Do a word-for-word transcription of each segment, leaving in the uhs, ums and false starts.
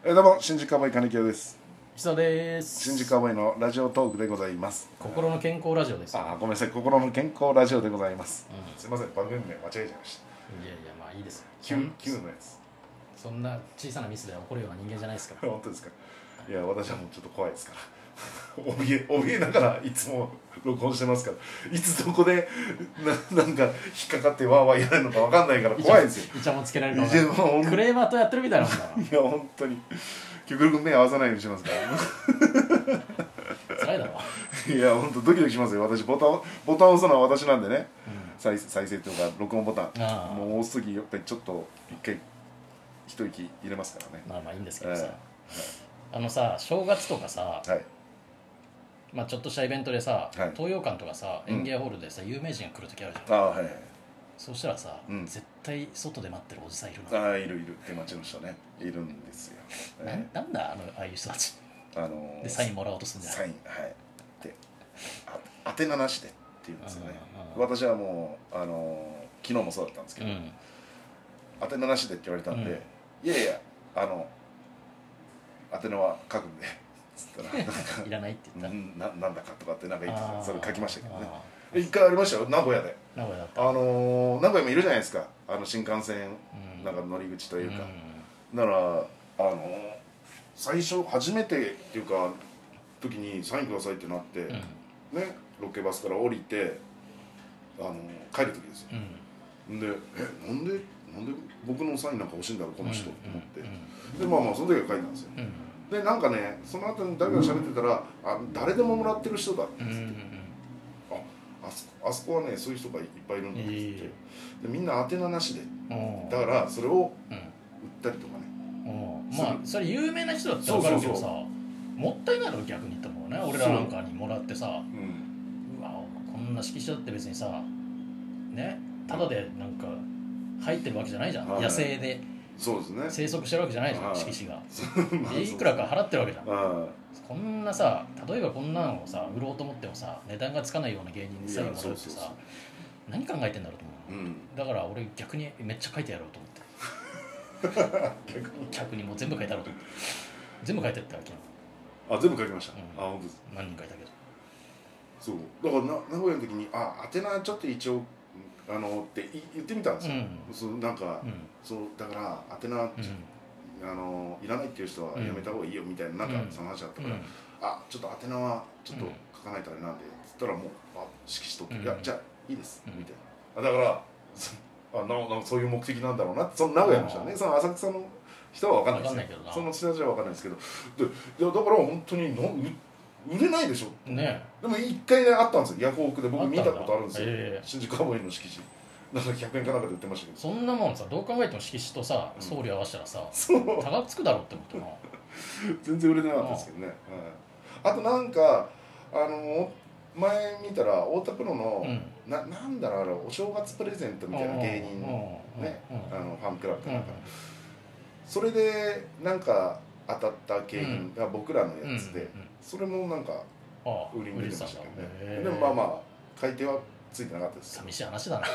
えー、どうも新宿カボーイ金城です。 久です。 新宿カボーイのラジオトークでございます。 心の健康ラジオです。 ああ、ごめんなさい、心の健康ラジオでございます、うん、すいません、番組名間違えちゃいました。 いやいや、まあいいです。 きゅうのやつ。 そんな小さなミスで起こるような人間じゃないですから本当ですか。いや、私はもうちょっと怖いですから怯え怯えながらいつも録音してますから、いつどこで な, なんか引っかかってわーわーやるのか分かんないから怖いんですよ。 イチャもつけられるか分かんクレーマーとやってるみたいなもんだな。いや本当に極力目合わさないようにしますから辛いだろ。 いや本当ドキドキしますよ。私ボタンボタン押すのは私なんでね、うん、再, 再生というか録音ボタンもう押す時やっぱりちょっと一回一息入れますからね。 まあまあいいんですけどさ、えー、あのさ正月とかさ、はい、まあちょっとしたイベントでさ、はい、東洋館とかさ園芸ホールでさ、うん、有名人が来る時あるじゃん。あ、はいはい。そうしたらさ、うん、絶対外で待ってるおじさんいるの。 ああ、いるいる。出待ちの人ねいるんですよ。 な, なんだあのああいう人たち、あのー、でサインもらおうとするんじゃない。 サイン、はい、であ当て名なしでって言うんですよね。私はもう、あのー、昨日もそうだったんですけど、うん、当て名なしでって言われたんで、うん、いやいやあの当て名は書くんでつったらいらないって言ったな, なんだかとかってなんか言ってそれ書きましたけどね。一回ありましたよ、名古屋で。 名古屋だった。 あのー、名古屋もいるじゃないですか、あの新幹線、うん、なんか乗り口というか、うん、だからあのー、最初初めてっていうか時にサインくださいってなって、うん、ね、ロケバスから降りて、あのー、帰る時ですよ、うん、でえなんでなんで僕のサインなんか欲しいんだろうこの人と思って、うんうん、でまあまあその時は書いたんですよ、うん、でなんかねその後に誰かが喋ってたら、あ誰でももらってる人だって言って、うんうん、あそこ、あそこはねそういう人がいっぱいいるんだって言って、でみんな当て名なしで、だからそれを売ったりとかね、 まあそれ有名な人だったら分かるけどさ、もったいないの逆に言ったもんね。俺らなんかにもらってさ、う、うん、わこんな色紙だって別にさね、ただでなんか入ってるわけじゃないじゃん、野生で。そうですね、生息してるわけじゃないじゃん、色紙がいくらか払ってるわけじゃん。こんなさ、例えばこんなのをさ売ろうと思ってもさ値段がつかないような芸人にサインもらうってさ、何考えてんだろうと思う、うん、だから俺逆にめっちゃ書いてやろうと思って逆に逆にもう全部書いてやろうと思って全部書いてやったわけ。 あ、全部書きました、うん、あ、本当です。 何人書いたけど、 そうだからな名古屋の時にあ宛名ちょっと一応あのって言ってみたんですよ、うん、そうなんか、うん、そうだから宛名、うん、あのいらないっていう人はやめた方がいいよみたいな、うん、なんかその話だったから、うん、あちょっと宛名はちょっと書かないとあれなんでっつったらもうあ色紙取って、うん、いやじゃあいいです、うん、みたいな。だからあななんかそういう目的なんだろうなって、その名古屋の人はね、その浅草の人は分かんないですけど、その人たちは分かんないですけど、でだから本当にの売れないでしょ、ね、でも一回ねあったんですよ、ヤフオクで僕見たことあるんですよ、えー、新宿カウボーイの色紙なんかひゃくえんかなんかで売ってましたけど、 そんなもんさどう考えても色紙とさ送料合わせたらさ、うん、差がつくだろうってことな全然売れなかったですけどね、はい、あとなんかあの前見たら太田プロの、うん、な, なんだろうあれお正月プレゼントみたいな芸人のね、あのファンクラブかなんか、うん、それでなんか当たった景品が僕らのやつで、うん、それもなんか売りに出てましたけどね。でもまあまあ買い手はついてなかったです。 寂しい話だな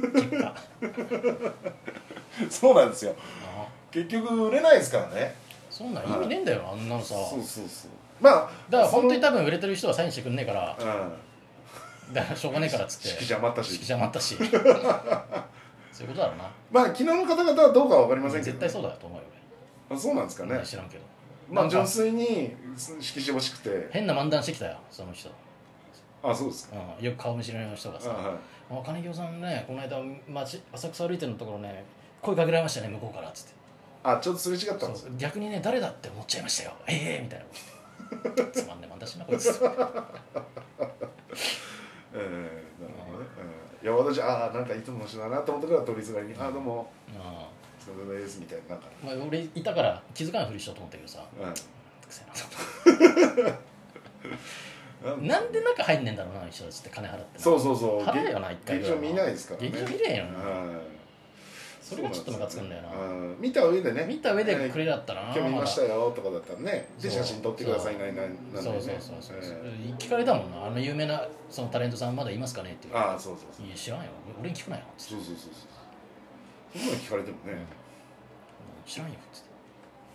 そうなんですよ。結局売れないですからね。 そんな意味ねえんだよ、はい、あんなのさ。 そうそうそう。まあだから本当に多分売れてる人はサインしてくんねえから、うん、だからしょうがねえからっつって式邪魔ったし式邪魔ったしそういうことだろうな。 まあ昨日の方々はどうかは分かりませんけど、ね、 絶対そうだと思うよ俺。あ、そうなんですかね。 知らんけど、 まあ純粋に色紙欲しくて変な漫談してきたよその人。 あ、そうですか、 うん、よく顔見知りの人がさ、あ、はい、金城さんねこの間町浅草歩いてるところね声かけられましたね向こうからっつって。 あ、ちょっとすれ違ったんですよ。 逆にね誰だって思っちゃいましたよええー、みたいなつまんねえ漫談しなこいつええー、なるほどね、 うん、いや私ああなんかいつもの人だなと思ったから取りすがりに、うん、ああどうもあそれですみたいな、なんか、 まあ、俺いたから気づかないふりしようと思ったけどさ、うん、くせえななんで中入んねんだろうな人たちって金払ってそうそうそう払えよな一回ぐらい。 劇場見ないですからね。 劇場見れんよな、それがちょっとムカつくんだよな。 見た上でね、 見た上でくれだったな。 今日見ましたよとかだったらね、で写真撮ってくださいないないなんそうそうそうそう、聞かれたもんな、あの有名なそのタレントさんまだいますかねっていう。 ああ、そうそうそう、 いや知らんよ俺に聞くなよ。 そうそうそうそう、そんなの聞かれてもね知らんよっつって、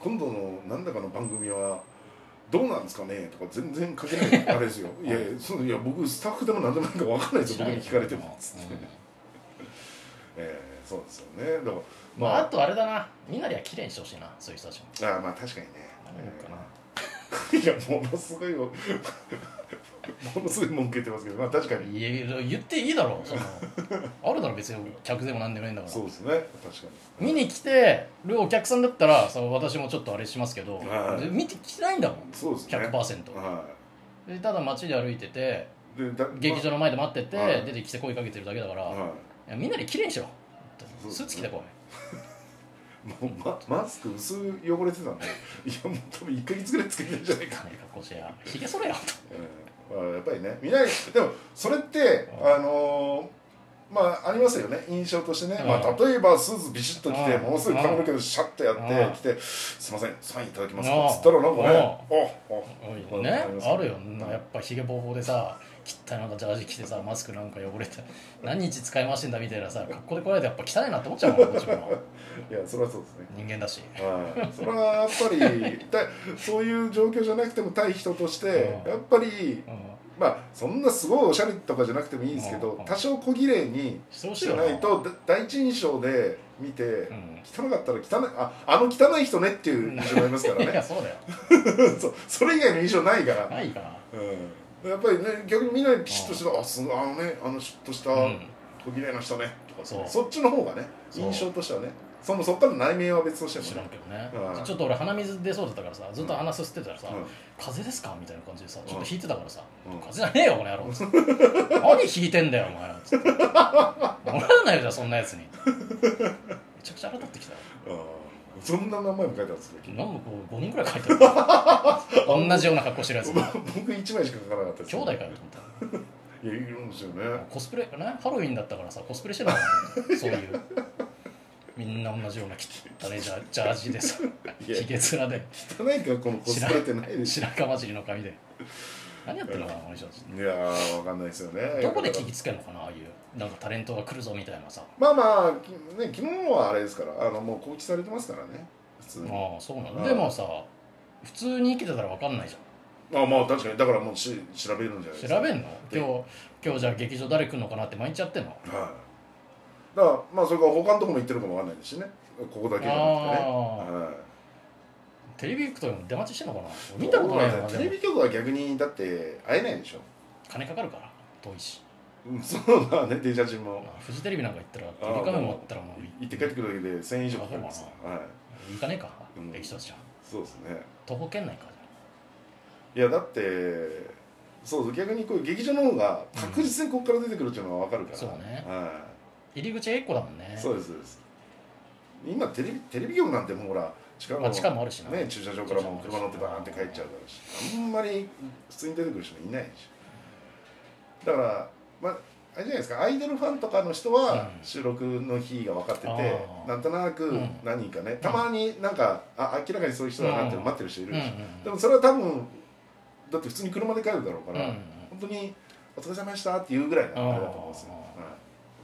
今度の何だかの番組はどうなんですかねとか全然書けないあれですよいやいやそのいや僕スタッフでも何でもないか分かんないですよ僕に聞かれてもつって、うんえー、そうですよねだからまあ、まあ、あとあれだなみんなでは綺麗にしてほしいなそういう人たちもああまあ確かにね何かな、 えー、いやものすごいものすごい文句言ってますけどまあ確かにいや言っていいだろうそのあるだろ別に客でも何でもないんだからそうですね確かに見に来てるお客さんだったらその私もちょっとあれしますけど、はい、見てきてないんだもんそうですねひゃくパーセント、はい、でただ街で歩いててでだ劇場の前で待ってて、はい、出てきて声かけてるだけだから、はい、いやみんなで綺麗にしろスーツ着てこいもう マ, マスク薄汚れてたんでいやもう多分いっかげつぐらいつけてるんじゃないか金格好してやひげそれよと、 えーまあ、やっぱりねみんなでもそれってあのー、まあありますよね印象としてね、まあ、例えばスーツビシッと着てものすごい髪の毛でシャッとやってきてすいませんサインいただけますかっつったらなんかねああねあるよやっぱひげぼうぼうでさ汚いなんかジャージ着てさマスクなんか汚れて何日使い回してんだみたいなさ格好で来られてやっぱ汚いなって思っちゃうもんもちろんいやそれはそうですね人間だし、 はい、それはやっぱりそういう状況じゃなくても対人としてやっぱり、うん、まあそんなすごいおしゃれとかじゃなくてもいいんですけど、うん、多少小綺麗にしてないと第一印象で見て、うん、汚かったら汚い あ, あの汚い人ねっていう印象になりますからねいやそうだよそ, それ以外の印象ないからないから、 うん、やっぱりね逆にみんなにピシッとした、うん、あすごいあのねあのシュッとした小綺麗な人ねとか、うん、そっちの方がね印象としてはねそのそっから内面は別としても、ね、 知らんけどね、うん、ちょっと俺鼻水出そうだったからさずっと鼻すすってたらさ、うん、風邪ですかみたいな感じでさちょっと引いてたからさ、うん、風邪じゃねえよこの野郎っつって何引いてんだよお前つってもらえないよじゃあそんなやつにめちゃくちゃ腹立ってきたよそんな名前も書いてあるんですかなんかこうごにんくらい書いてある同じような格好してるやつ僕いちまいしか書かなかったです兄弟かよと思ったいやいるんですよねコスプレねハロウィンだったからさコスプレしてるのかなそういうみんな同じような汚ねジャジャージでさひげ面で汚いかこのコスプレってないでしょ白髪混じりの髪で何やってるのかなこの人たちいやー分かんないですよねどこで聞きつけるのかなああいうなんかタレントが来るぞみたいなさまあまあ、ね、昨日はあれですからあのもう告知されてますからね普通にああそうなのでもさ普通に生きてたら分かんないじゃんああまあ確かにだからもうし調べるんじゃないですか調べんの今日今日じゃあ劇場誰来るのかなって毎日やってんのはいだからまあそれから他のとこも行ってるかもわかんないですしねここだけじゃなくてね、はい、 テレビ局とかも出待ちしてんのかな見たことないよなテレビ局は逆にだって会えないでしょ金かかるから遠いしそうだね電車賃もフジテレビなんか行ったらテレビカメラ持ったらもう行って帰ってくるだけでせんえん以上かかるんですはい行かねえか駅一つじゃんそうですね徒歩圏内かいやだってそう逆にこう劇場の方が確実にここから出てくるっていうのは分かるから、 そうね、 はい、 入り口は一個だもんねそうですそうです今テレビテレビ局なんてもうほら近く、まあ、近くもあるしな、 ね、駐車場からもう車乗ってバーンって帰っちゃうだろうしあんまり普通に出てくる人もいないしだからまああれじゃないですかアイドルファンとかの人は収録の日が分かってて、うん、なんとなく何人かね、うん、たまになんかあ明らかにそういう人だなって待ってる人いるでしょ、うん、でもそれは多分だって普通に車で帰るだろうから、うん、本当にお疲れ様でしたっていうぐらいのあれだと思うんですよ、はい、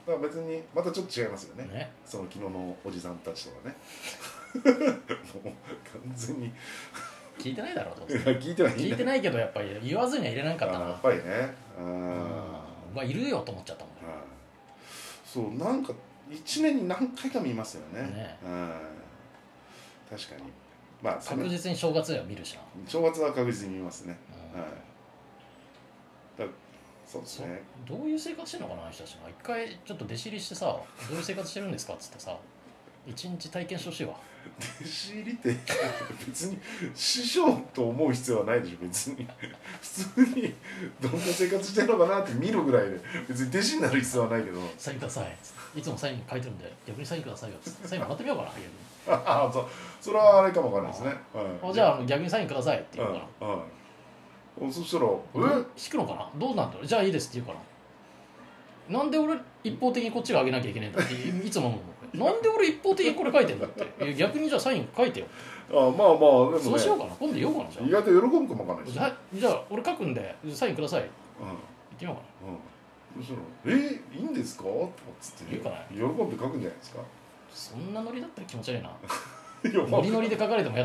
だから別にまたちょっと違いますよね、ねその昨日のおじさんたちとかねもう完全に聞いてないだろうと聞いてない聞いてないけどやっぱり言わずには入れなかったなやっぱりねまあいるよと思っちゃったもん、 はい、そうなんかいちねんに何回か見ますよね、ね確かに、まあ、 確実に正月は見るしな正月は確実に見ますね、はい、だそうですねどういう生活してるのかなあの人たちが一回ちょっと弟子入りしてさどういう生活してるんですかっつってさ一日体験してほしいわ弟子入りって別に師匠と思う必要はないでしょ別に普通にどんな生活してるのかなって見るぐらいで別に弟子になる必要はないけどサインくださいいつもサイン書いてるんで逆にサインくださいよサインもらってみようかなああそうそれはあれかもわかんないですね、 はい、じゃあ逆にサインくださいって言うから、はいはい、そしたらえ引くのかなどうなんだろうじゃあいいですって言うからなんで俺一方的にこっちがあげなきゃいけないんだっていつも思うなんで俺一方的にこれ書いてんだって逆にじゃあサイン書いてよああまあまあでも、ね、 そうしようかな今度言おうかなじゃあ意外と喜ぶかもわかんないじゃあじゃあ俺書くんでサインください、うん、言ってみようかな、うん、そしたらえいいんですかとかつって言うかな喜んで書くんじゃないですかそんなノリだったら気持ち悪いなノリノリで書かれても嫌だけどな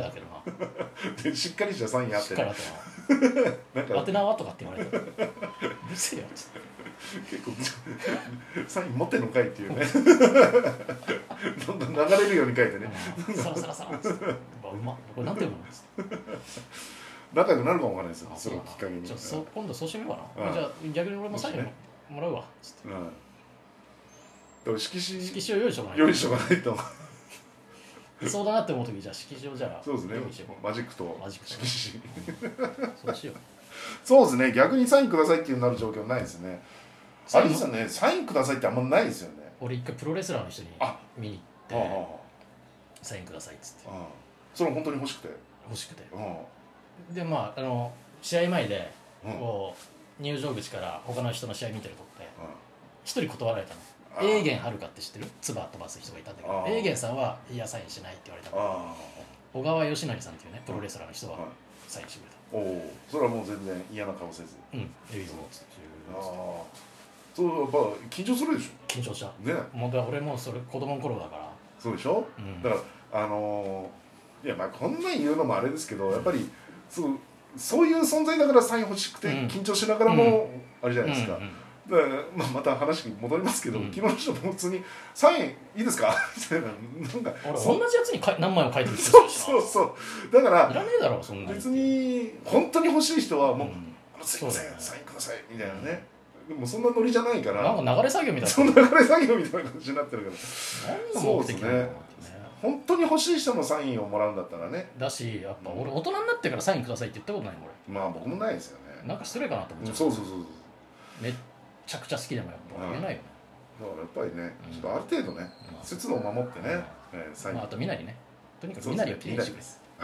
でしっかりしたサインあっしてっかりあってなんかな宛名はとかって言われてうるせえよっつって結構サイン持ってんのかいっていうねどんどん流れるように書いてね、 うん、サラサラサラっつってうまっこれなんて読むのっつって仲良くなるかもわからないですよそれをきっかけに。 じゃあそ今度そうしてみようかな、 うん、 じゃあ逆に俺もサインもらうわっつって、 うん、だから色紙色紙を用意しとかない用意しとかないとそうだなって思う時じゃあ色紙をじゃあそうですねマジックとマジックと色紙そうしようそうですね逆にサインくださいっていうなる状況ないですね。あれですよねサインくださいってあんまないですよね。 俺一回プロレスラーの人に見に行ってサインくださいっつってああそれ本当に欲しくて欲しくてああでまああの試合前でこう入場口から他の人の試合見てるとって一人断られたの。エーゲンはるかって知ってる？唾飛ばす人がいたんだけどエーゲンさんはいやサインしないって言われたの。小川義成さんっていうねプロレスラーの人はサインしてくれた。 おおそれはもう全然嫌な顔せずうんいいぞっつってああそうやっぱ緊張するでしょ。 緊張したねもう俺もそれ子供の頃だからそうでしょ、うん、だからあのー、いやまあこんなん言うのもあれですけどやっぱりそうそういう存在だからサイン欲しくて緊張しながらもあれじゃないですか、うんうんうんだからまあ、また話に戻りますけど、うん、昨日の人も普通に「サインいいですか?」みたいななんか俺同じやつにか何枚も書いてるそうそうそうだからいらねえだろそんな別に本当に欲しい人はもう「うん、すいません、ね、サインください」みたいなね、うん、でもそんなノリじゃないからなんか流れ作業みたいなそんな流れ作業みたいな感じになってるから何の目的なのかなってね本当に欲しい人のサインをもらうんだったらねだしやっぱ俺大人になってからサインくださいって言ったことないもん俺まあ僕もないですよねなんか失礼かなと思っちゃう、 そうそうそうそうめっちゃくちゃ好きでもやっぱ言えないよねだからやっぱりね、ちょっとある程度ね節度を守ってね、えー、 まあ、あとみなりねとにかくみなりをきれいにしてくれ